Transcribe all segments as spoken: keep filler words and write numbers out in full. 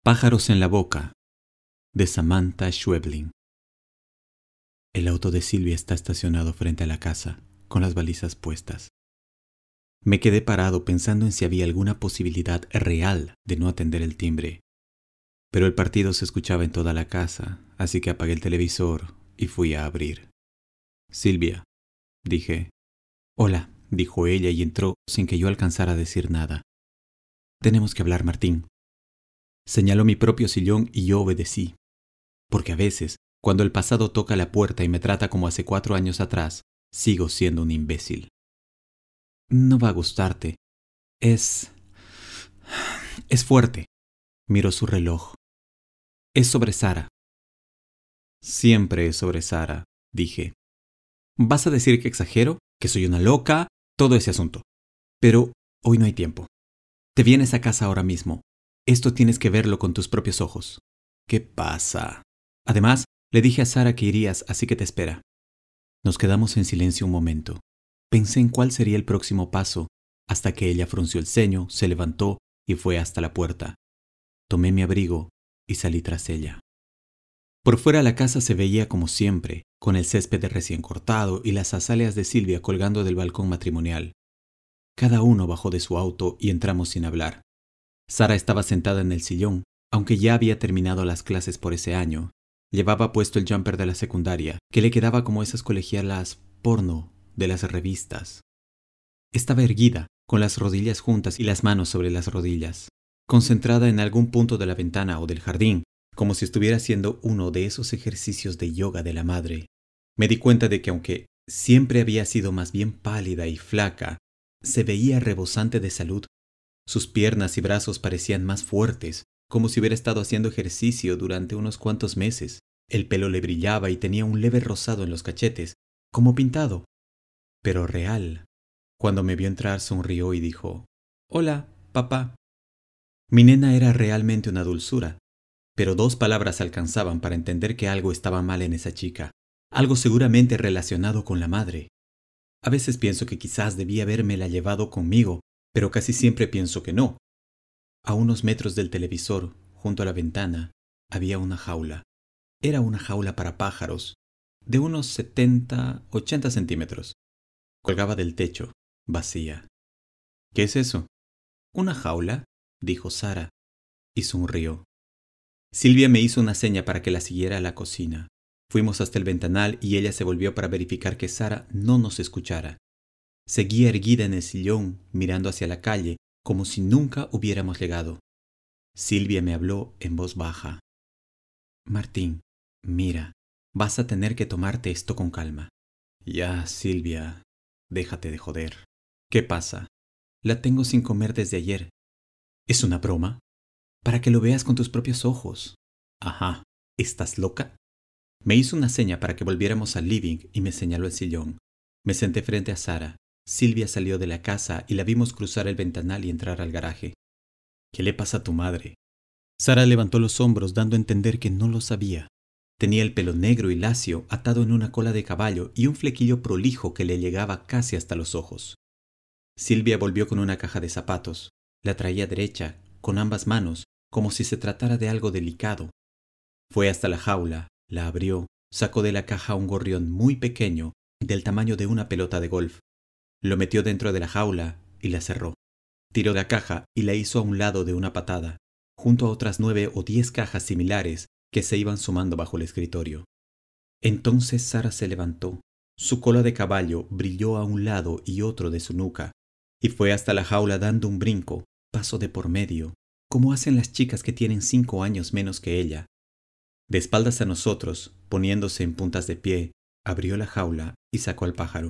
Pájaros en la boca, de Samantha Schweblin. El auto de Silvia está estacionado frente a la casa, con las balizas puestas. Me quedé parado pensando en si había alguna posibilidad real de no atender el timbre. Pero el partido se escuchaba en toda la casa, así que apagué el televisor y fui a abrir. «Silvia», dije. «Hola», dijo ella y entró sin que yo alcanzara a decir nada. «Tenemos que hablar, Martín». Señaló mi propio sillón y yo obedecí. Porque a veces, cuando el pasado toca la puerta y me trata como hace cuatro años atrás, sigo siendo un imbécil. «No va a gustarte. Es... es fuerte». Miró su reloj. «Es sobre Sara». «Siempre es sobre Sara», dije. «Vas a decir que exagero, que soy una loca, todo ese asunto. Pero hoy no hay tiempo. Te vienes a casa ahora mismo. Esto tienes que verlo con tus propios ojos». «¿Qué pasa?» Además, le dije a Sara que irías, así que te espera. Nos quedamos en silencio un momento. Pensé en cuál sería el próximo paso, hasta que ella frunció el ceño, se levantó y fue hasta la puerta. Tomé mi abrigo y salí tras ella. Por fuera la casa se veía como siempre, con el césped recién cortado y las azaleas de Silvia colgando del balcón matrimonial. Cada uno bajó de su auto y entramos sin hablar. Sara estaba sentada en el sillón, aunque ya había terminado las clases por ese año. Llevaba puesto el jumper de la secundaria, que le quedaba como esas colegialas porno de las revistas. Estaba erguida, con las rodillas juntas y las manos sobre las rodillas, concentrada en algún punto de la ventana o del jardín, como si estuviera haciendo uno de esos ejercicios de yoga de la madre. Me di cuenta de que aunque siempre había sido más bien pálida y flaca, se veía rebosante de salud. Sus piernas y brazos parecían más fuertes, como si hubiera estado haciendo ejercicio durante unos cuantos meses. El pelo le brillaba y tenía un leve rosado en los cachetes, como pintado, pero real. Cuando me vio entrar sonrió y dijo: «Hola, papá». Mi nena era realmente una dulzura, pero dos palabras alcanzaban para entender que algo estaba mal en esa chica, algo seguramente relacionado con la madre. A veces pienso que quizás debía habérmela llevado conmigo, pero casi siempre pienso que no. A unos metros del televisor, junto a la ventana, había una jaula. Era una jaula para pájaros, de unos setenta, ochenta centímetros. Colgaba del techo, vacía. «¿Qué es eso?» «Una jaula», dijo Sara, y sonrió. Silvia me hizo una seña para que la siguiera a la cocina. Fuimos hasta el ventanal y ella se volvió para verificar que Sara no nos escuchara. Seguía erguida en el sillón, mirando hacia la calle, como si nunca hubiéramos llegado. Silvia me habló en voz baja. «Martín, mira, vas a tener que tomarte esto con calma». «Ya, Silvia, déjate de joder». «¿Qué pasa?» «La tengo sin comer desde ayer». «¿Es una broma?» «Para que lo veas con tus propios ojos». «Ajá, ¿estás loca?» Me hizo una seña para que volviéramos al living y me señaló el sillón. Me senté frente a Sara. Silvia salió de la casa y la vimos cruzar el ventanal y entrar al garaje. «¿Qué le pasa a tu madre?» Sara levantó los hombros dando a entender que no lo sabía. Tenía el pelo negro y lacio atado en una cola de caballo y un flequillo prolijo que le llegaba casi hasta los ojos. Silvia volvió con una caja de zapatos. La traía derecha, con ambas manos, como si se tratara de algo delicado. Fue hasta la jaula, la abrió, sacó de la caja un gorrión muy pequeño, del tamaño de una pelota de golf. Lo metió dentro de la jaula y la cerró. Tiró la caja y la hizo a un lado de una patada, junto a otras nueve o diez cajas similares que se iban sumando bajo el escritorio. Entonces Sara se levantó. Su cola de caballo brilló a un lado y otro de su nuca, y fue hasta la jaula dando un brinco, paso de por medio, como hacen las chicas que tienen cinco años menos que ella. De espaldas a nosotros, poniéndose en puntas de pie, abrió la jaula y sacó al pájaro.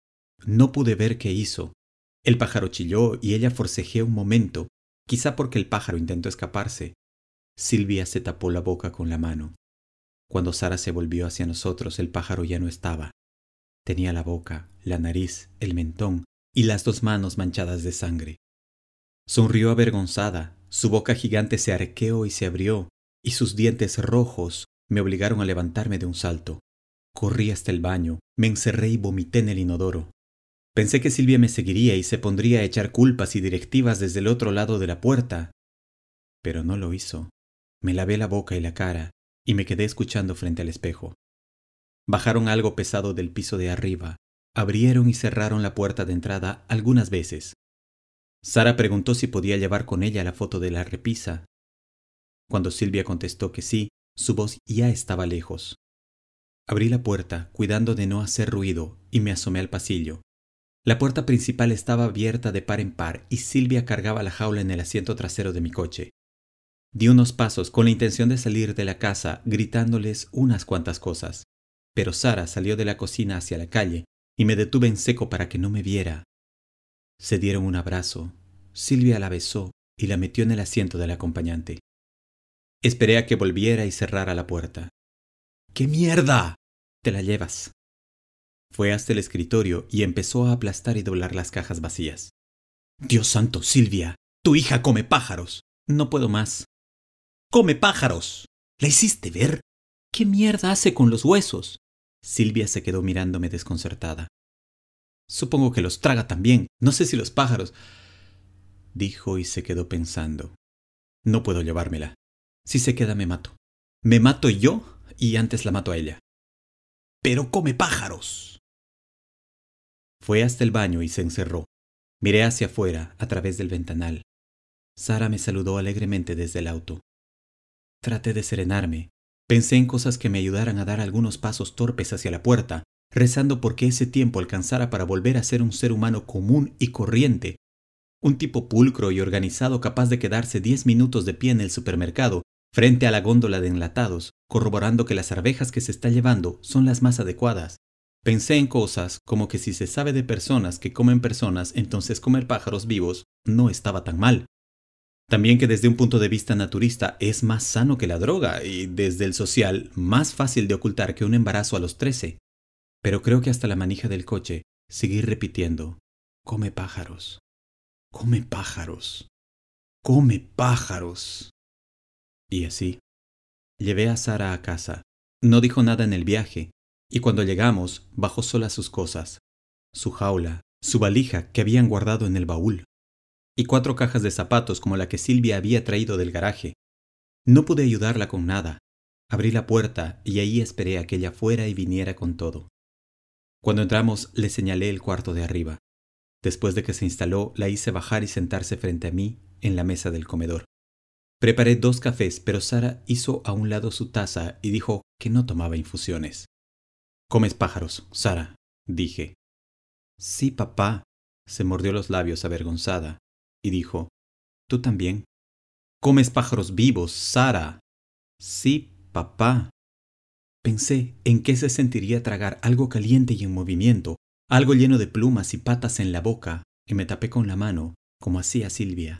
No pude ver qué hizo. El pájaro chilló y ella forcejeó un momento, quizá porque el pájaro intentó escaparse. Silvia se tapó la boca con la mano. Cuando Sara se volvió hacia nosotros, el pájaro ya no estaba. Tenía la boca, la nariz, el mentón y las dos manos manchadas de sangre. Sonrió avergonzada, su boca gigante se arqueó y se abrió, y sus dientes rojos me obligaron a levantarme de un salto. Corrí hasta el baño, me encerré y vomité en el inodoro. Pensé que Silvia me seguiría y se pondría a echar culpas y directivas desde el otro lado de la puerta, pero no lo hizo. Me lavé la boca y la cara y me quedé escuchando frente al espejo. Bajaron algo pesado del piso de arriba, abrieron y cerraron la puerta de entrada algunas veces. Sara preguntó si podía llevar con ella la foto de la repisa. Cuando Silvia contestó que sí, su voz ya estaba lejos. Abrí la puerta, cuidando de no hacer ruido, y me asomé al pasillo. La puerta principal estaba abierta de par en par y Silvia cargaba la jaula en el asiento trasero de mi coche. Di unos pasos con la intención de salir de la casa, gritándoles unas cuantas cosas. Pero Sara salió de la cocina hacia la calle y me detuve en seco para que no me viera. Se dieron un abrazo. Silvia la besó y la metió en el asiento del acompañante. Esperé a que volviera y cerrara la puerta. ¿Qué mierda? Te la llevas. Fue hasta el escritorio y empezó a aplastar y doblar las cajas vacías. Dios santo, Silvia, tu hija come pájaros. No puedo más. ¡Come pájaros! ¿La hiciste ver? ¿Qué mierda hace con los huesos? Silvia se quedó mirándome desconcertada. Supongo que los traga también. No sé si los pájaros... Dijo y se quedó pensando. No puedo llevármela. Si se queda me mato. Me mato yo y antes la mato a ella. ¡Pero come pájaros! Fue hasta el baño y se encerró. Miré hacia afuera, a través del ventanal. Sara me saludó alegremente desde el auto. Traté de serenarme. Pensé en cosas que me ayudaran a dar algunos pasos torpes hacia la puerta, rezando porque ese tiempo alcanzara para volver a ser un ser humano común y corriente. Un tipo pulcro y organizado capaz de quedarse diez minutos de pie en el supermercado, frente a la góndola de enlatados, corroborando que las arvejas que se está llevando son las más adecuadas. Pensé en cosas como que si se sabe de personas que comen personas, entonces comer pájaros vivos no estaba tan mal. También que desde un punto de vista naturista es más sano que la droga y desde el social más fácil de ocultar que un embarazo a los trece. Pero creo que hasta la manija del coche seguí repitiendo, come pájaros, come pájaros, come pájaros. Y así, llevé a Sara a casa. No dijo nada en el viaje, y cuando llegamos, bajó sola sus cosas, su jaula, su valija que habían guardado en el baúl, y cuatro cajas de zapatos como la que Silvia había traído del garaje. No pude ayudarla con nada. Abrí la puerta y ahí esperé a que ella fuera y viniera con todo. Cuando entramos, le señalé el cuarto de arriba. Después de que se instaló, la hice bajar y sentarse frente a mí en la mesa del comedor. Preparé dos cafés, pero Sara hizo a un lado su taza y dijo que no tomaba infusiones. «Comes pájaros, Sara», dije. «Sí, papá», se mordió los labios avergonzada y dijo, «Tú también». «Comes pájaros vivos, Sara». «Sí, papá». Pensé en qué se sentiría tragar algo caliente y en movimiento, algo lleno de plumas y patas en la boca, y me tapé con la mano, como hacía Silvia.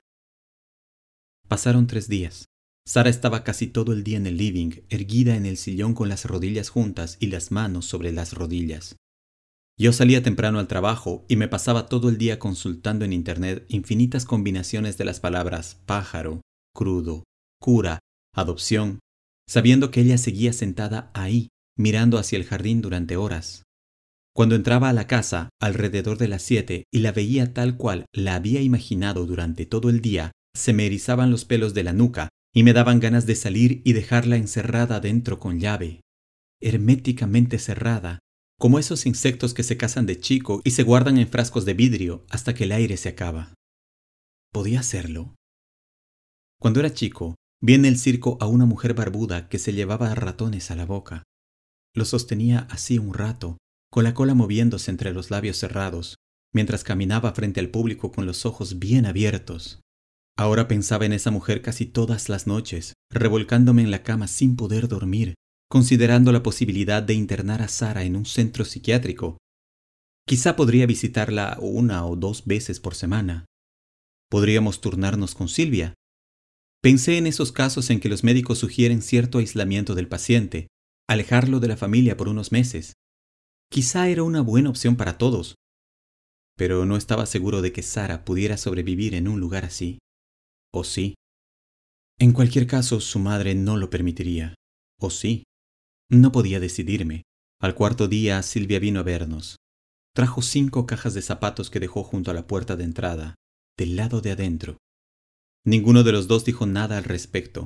Pasaron tres días. Sara estaba casi todo el día en el living, erguida en el sillón con las rodillas juntas y las manos sobre las rodillas. Yo salía temprano al trabajo y me pasaba todo el día consultando en internet infinitas combinaciones de las palabras pájaro, crudo, cura, adopción, sabiendo que ella seguía sentada ahí, mirando hacia el jardín durante horas. Cuando entraba a la casa, alrededor de las siete, y la veía tal cual la había imaginado durante todo el día, se me erizaban los pelos de la nuca y me daban ganas de salir y dejarla encerrada adentro con llave, herméticamente cerrada, como esos insectos que se cazan de chico y se guardan en frascos de vidrio hasta que el aire se acaba. ¿Podía hacerlo? Cuando era chico, vi en el circo a una mujer barbuda que se llevaba ratones a la boca. Los sostenía así un rato, con la cola moviéndose entre los labios cerrados, mientras caminaba frente al público con los ojos bien abiertos. Ahora pensaba en esa mujer casi todas las noches, revolcándome en la cama sin poder dormir, considerando la posibilidad de internar a Sara en un centro psiquiátrico. Quizá podría visitarla una o dos veces por semana. Podríamos turnarnos con Silvia. Pensé en esos casos en que los médicos sugieren cierto aislamiento del paciente, alejarlo de la familia por unos meses. Quizá era una buena opción para todos, pero no estaba seguro de que Sara pudiera sobrevivir en un lugar así. ¿O sí? En cualquier caso, su madre no lo permitiría. ¿O sí? No podía decidirme. Al cuarto día, Silvia vino a vernos. Trajo cinco cajas de zapatos que dejó junto a la puerta de entrada, del lado de adentro. Ninguno de los dos dijo nada al respecto.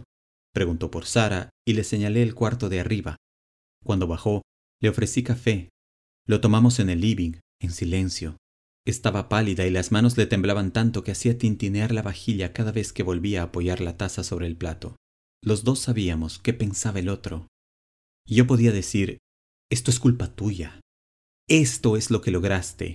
Preguntó por Sara y le señalé el cuarto de arriba. Cuando bajó, le ofrecí café. Lo tomamos en el living, en silencio. Estaba pálida y las manos le temblaban tanto que hacía tintinear la vajilla cada vez que volvía a apoyar la taza sobre el plato. Los dos sabíamos qué pensaba el otro. Y yo podía decir, esto es culpa tuya. Esto es lo que lograste.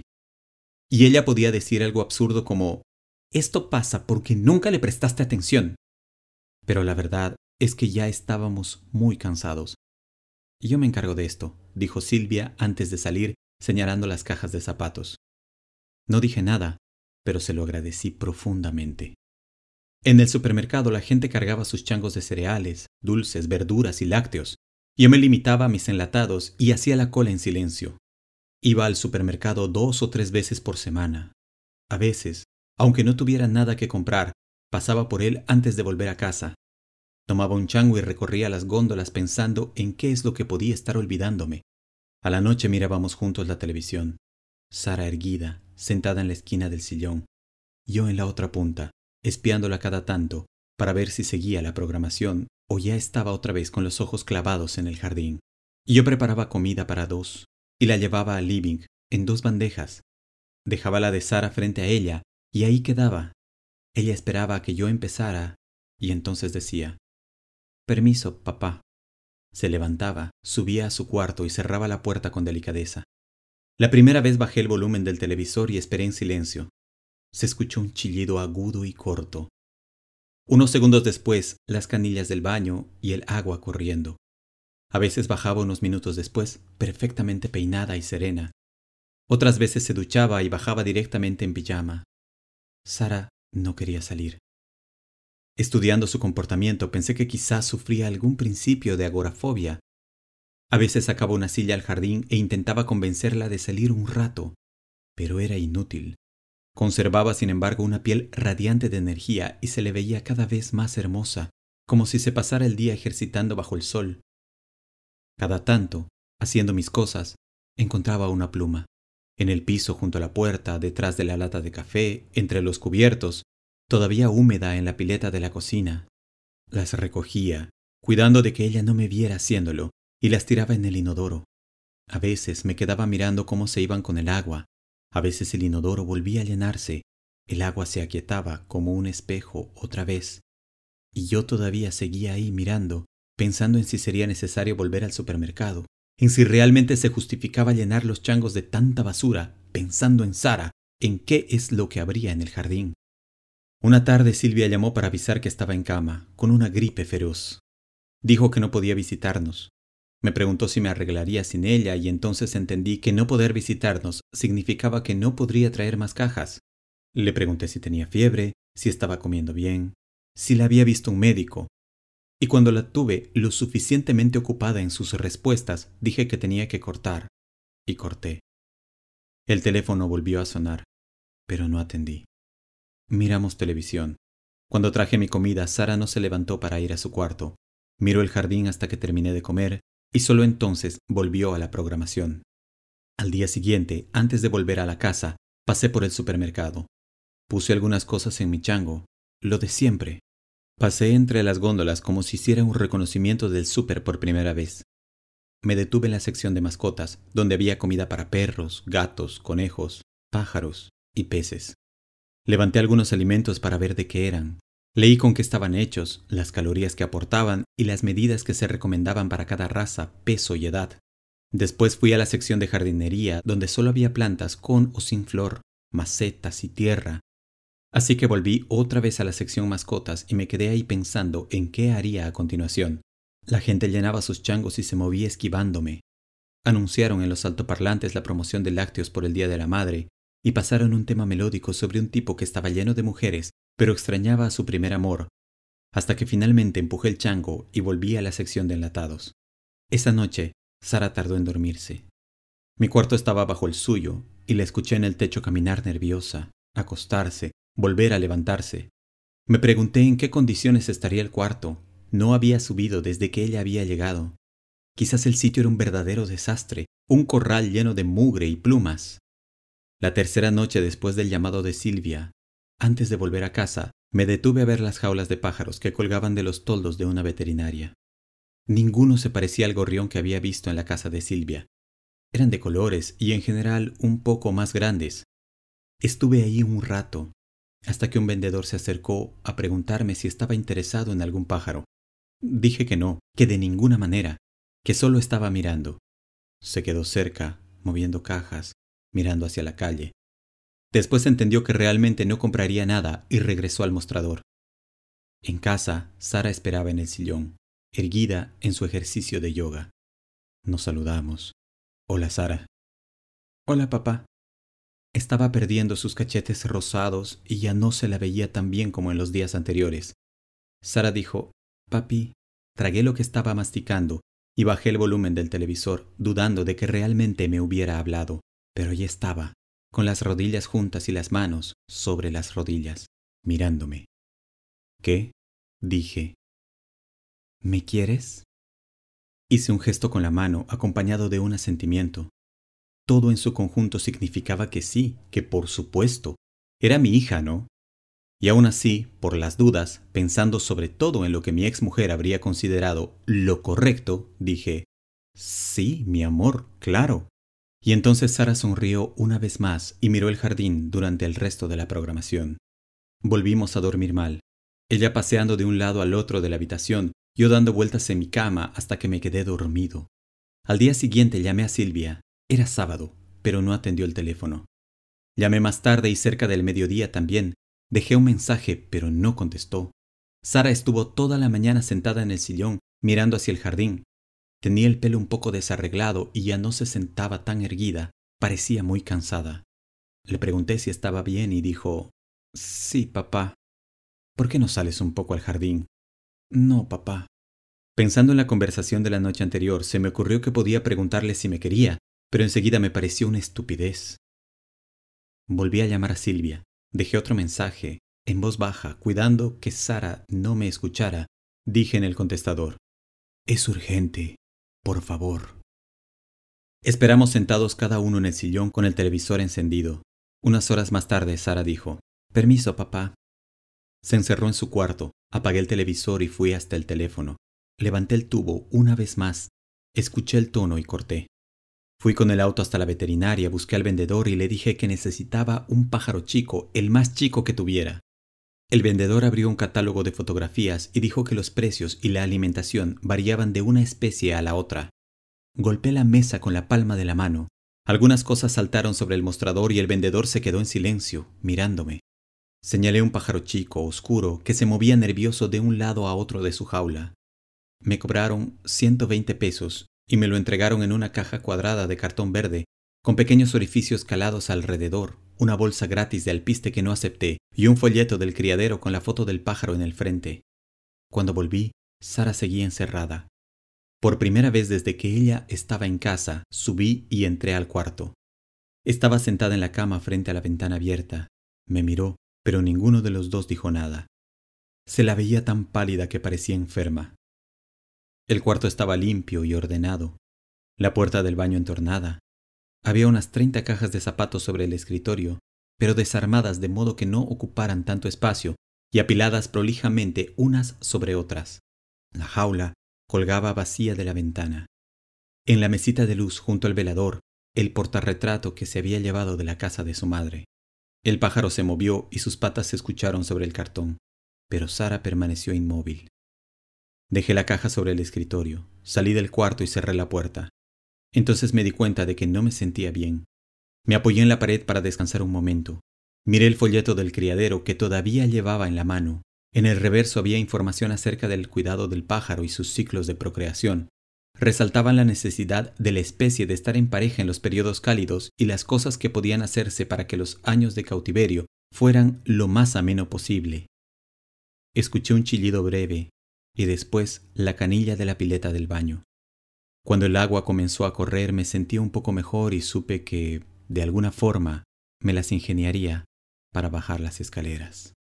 Y ella podía decir algo absurdo como, esto pasa porque nunca le prestaste atención. Pero la verdad es que ya estábamos muy cansados. Y yo me encargo de esto, dijo Silvia antes de salir, señalando las cajas de zapatos. No dije nada, pero se lo agradecí profundamente. En el supermercado la gente cargaba sus changos de cereales, dulces, verduras y lácteos. Yo me limitaba a mis enlatados y hacía la cola en silencio. Iba al supermercado dos o tres veces por semana. A veces, aunque no tuviera nada que comprar, pasaba por él antes de volver a casa. Tomaba un chango y recorría las góndolas pensando en qué es lo que podía estar olvidándome. A la noche mirábamos juntos la televisión. Sara erguida, sentada en la esquina del sillón. Yo en la otra punta, espiándola cada tanto para ver si seguía la programación o ya estaba otra vez con los ojos clavados en el jardín. Y yo preparaba comida para dos y la llevaba al living en dos bandejas. Dejaba la de Sara frente a ella y ahí quedaba. Ella esperaba a que yo empezara y entonces decía, «Permiso, papá». Se levantaba, subía a su cuarto y cerraba la puerta con delicadeza. La primera vez bajé el volumen del televisor y esperé en silencio. Se escuchó un chillido agudo y corto. Unos segundos después, las canillas del baño y el agua corriendo. A veces bajaba unos minutos después, perfectamente peinada y serena. Otras veces se duchaba y bajaba directamente en pijama. Sara no quería salir. Estudiando su comportamiento, pensé que quizás sufría algún principio de agorafobia. A veces sacaba una silla al jardín e intentaba convencerla de salir un rato, pero era inútil. Conservaba, sin embargo, una piel radiante de energía y se le veía cada vez más hermosa, como si se pasara el día ejercitando bajo el sol. Cada tanto, haciendo mis cosas, encontraba una pluma. En el piso junto a la puerta, detrás de la lata de café, entre los cubiertos, todavía húmeda en la pileta de la cocina. Las recogía, cuidando de que ella no me viera haciéndolo, y las tiraba en el inodoro. A veces me quedaba mirando cómo se iban con el agua. A veces el inodoro volvía a llenarse. El agua se aquietaba como un espejo otra vez. Y yo todavía seguía ahí mirando, pensando en si sería necesario volver al supermercado, en si realmente se justificaba llenar los changos de tanta basura, pensando en Sara, en qué es lo que habría en el jardín. Una tarde Silvia llamó para avisar que estaba en cama, con una gripe feroz. Dijo que no podía visitarnos. Me preguntó si me arreglaría sin ella y entonces entendí que no poder visitarnos significaba que no podría traer más cajas. Le pregunté si tenía fiebre, si estaba comiendo bien, si la había visto un médico. Y cuando la tuve lo suficientemente ocupada en sus respuestas, dije que tenía que cortar. Y corté. El teléfono volvió a sonar, pero no atendí. Miramos televisión. Cuando traje mi comida, Sara no se levantó para ir a su cuarto. Miró el jardín hasta que terminé de comer y solo entonces volvió a la programación. Al día siguiente, antes de volver a la casa, pasé por el supermercado. Puse algunas cosas en mi chango, lo de siempre. Pasé entre las góndolas como si hiciera un reconocimiento del súper por primera vez. Me detuve en la sección de mascotas, donde había comida para perros, gatos, conejos, pájaros y peces. Levanté algunos alimentos para ver de qué eran. Leí con qué estaban hechos, las calorías que aportaban y las medidas que se recomendaban para cada raza, peso y edad. Después fui a la sección de jardinería, donde solo había plantas con o sin flor, macetas y tierra. Así que volví otra vez a la sección mascotas y me quedé ahí pensando en qué haría a continuación. La gente llenaba sus changos y se movía esquivándome. Anunciaron en los altoparlantes la promoción de lácteos por el Día de la Madre y pasaron un tema melódico sobre un tipo que estaba lleno de mujeres, pero extrañaba a su primer amor, hasta que finalmente empujé el chango y volví a la sección de enlatados. Esa noche, Sara tardó en dormirse. Mi cuarto estaba bajo el suyo y la escuché en el techo caminar nerviosa, acostarse, volver a levantarse. Me pregunté en qué condiciones estaría el cuarto. No había subido desde que ella había llegado. Quizás el sitio era un verdadero desastre, un corral lleno de mugre y plumas. La tercera noche después del llamado de Silvia, Antes de volver a casa, me detuve a ver las jaulas de pájaros que colgaban de los toldos de una veterinaria. Ninguno se parecía al gorrión que había visto en la casa de Silvia. Eran de colores y en general un poco más grandes. Estuve ahí un rato, hasta que un vendedor se acercó a preguntarme si estaba interesado en algún pájaro. Dije que no, que de ninguna manera, que solo estaba mirando. Se quedó cerca, moviendo cajas, mirando hacia la calle. Después entendió que realmente no compraría nada y regresó al mostrador. En casa, Sara esperaba en el sillón, erguida en su ejercicio de yoga. Nos saludamos. Hola, Sara. Hola, papá. Estaba perdiendo sus cachetes rosados y ya no se la veía tan bien como en los días anteriores. Sara dijo, papi. Tragué lo que estaba masticando y bajé el volumen del televisor, dudando de que realmente me hubiera hablado, pero ya estaba, con las rodillas juntas y las manos sobre las rodillas, mirándome. ¿Qué? Dije. ¿Me quieres? Hice un gesto con la mano, acompañado de un asentimiento. Todo en su conjunto significaba que sí, que por supuesto. Era mi hija, ¿no? Y aún así, por las dudas, pensando sobre todo en lo que mi exmujer habría considerado lo correcto, dije, sí, mi amor, claro. Y entonces Sara sonrió una vez más y miró el jardín durante el resto de la programación. Volvimos a dormir mal, ella paseando de un lado al otro de la habitación, yo dando vueltas en mi cama hasta que me quedé dormido. Al día siguiente llamé a Silvia. Era sábado, pero no atendió el teléfono. Llamé más tarde y cerca del mediodía también. Dejé un mensaje, pero no contestó. Sara estuvo toda la mañana sentada en el sillón, mirando hacia el jardín. Tenía el pelo un poco desarreglado y ya no se sentaba tan erguida. Parecía muy cansada. Le pregunté si estaba bien y dijo, sí, papá. ¿Por qué no sales un poco al jardín? No, papá. Pensando en la conversación de la noche anterior, se me ocurrió que podía preguntarle si me quería, pero enseguida me pareció una estupidez. Volví a llamar a Silvia. Dejé otro mensaje, en voz baja, cuidando que Sara no me escuchara. Dije en el contestador, es urgente, por favor. Esperamos sentados cada uno en el sillón con el televisor encendido. Unas horas más tarde, Sara dijo, permiso, papá. Se encerró en su cuarto, apagué el televisor y fui hasta el teléfono. Levanté el tubo una vez más, escuché el tono y corté. Fui con el auto hasta la veterinaria, busqué al vendedor y le dije que necesitaba un pájaro chico, el más chico que tuviera. El vendedor abrió un catálogo de fotografías y dijo que los precios y la alimentación variaban de una especie a la otra. Golpeé la mesa con la palma de la mano. Algunas cosas saltaron sobre el mostrador y el vendedor se quedó en silencio, mirándome. Señalé un pájaro chico, oscuro, que se movía nervioso de un lado a otro de su jaula. Me cobraron ciento veinte pesos y me lo entregaron en una caja cuadrada de cartón verde, con pequeños orificios calados alrededor, una bolsa gratis de alpiste que no acepté y un folleto del criadero con la foto del pájaro en el frente. Cuando volví, Sara seguía encerrada. Por primera vez desde que ella estaba en casa, subí y entré al cuarto. Estaba sentada en la cama frente a la ventana abierta. Me miró, pero ninguno de los dos dijo nada. Se la veía tan pálida que parecía enferma. El cuarto estaba limpio y ordenado, la puerta del baño entornada. Había unas treinta cajas de zapatos sobre el escritorio, pero desarmadas de modo que no ocuparan tanto espacio y apiladas prolijamente unas sobre otras. La jaula colgaba vacía de la ventana. En la mesita de luz junto al velador, el portarretrato que se había llevado de la casa de su madre. El pájaro se movió y sus patas se escucharon sobre el cartón, pero Sara permaneció inmóvil. Dejé la caja sobre el escritorio, salí del cuarto y cerré la puerta. Entonces me di cuenta de que no me sentía bien. Me apoyé en la pared para descansar un momento. Miré el folleto del criadero que todavía llevaba en la mano. En el reverso había información acerca del cuidado del pájaro y sus ciclos de procreación. Resaltaban la necesidad de la especie de estar en pareja en los periodos cálidos y las cosas que podían hacerse para que los años de cautiverio fueran lo más ameno posible. Escuché un chillido breve y después la canilla de la pileta del baño. Cuando el agua comenzó a correr me sentí un poco mejor y supe que, de alguna forma, me las ingeniaría para bajar las escaleras.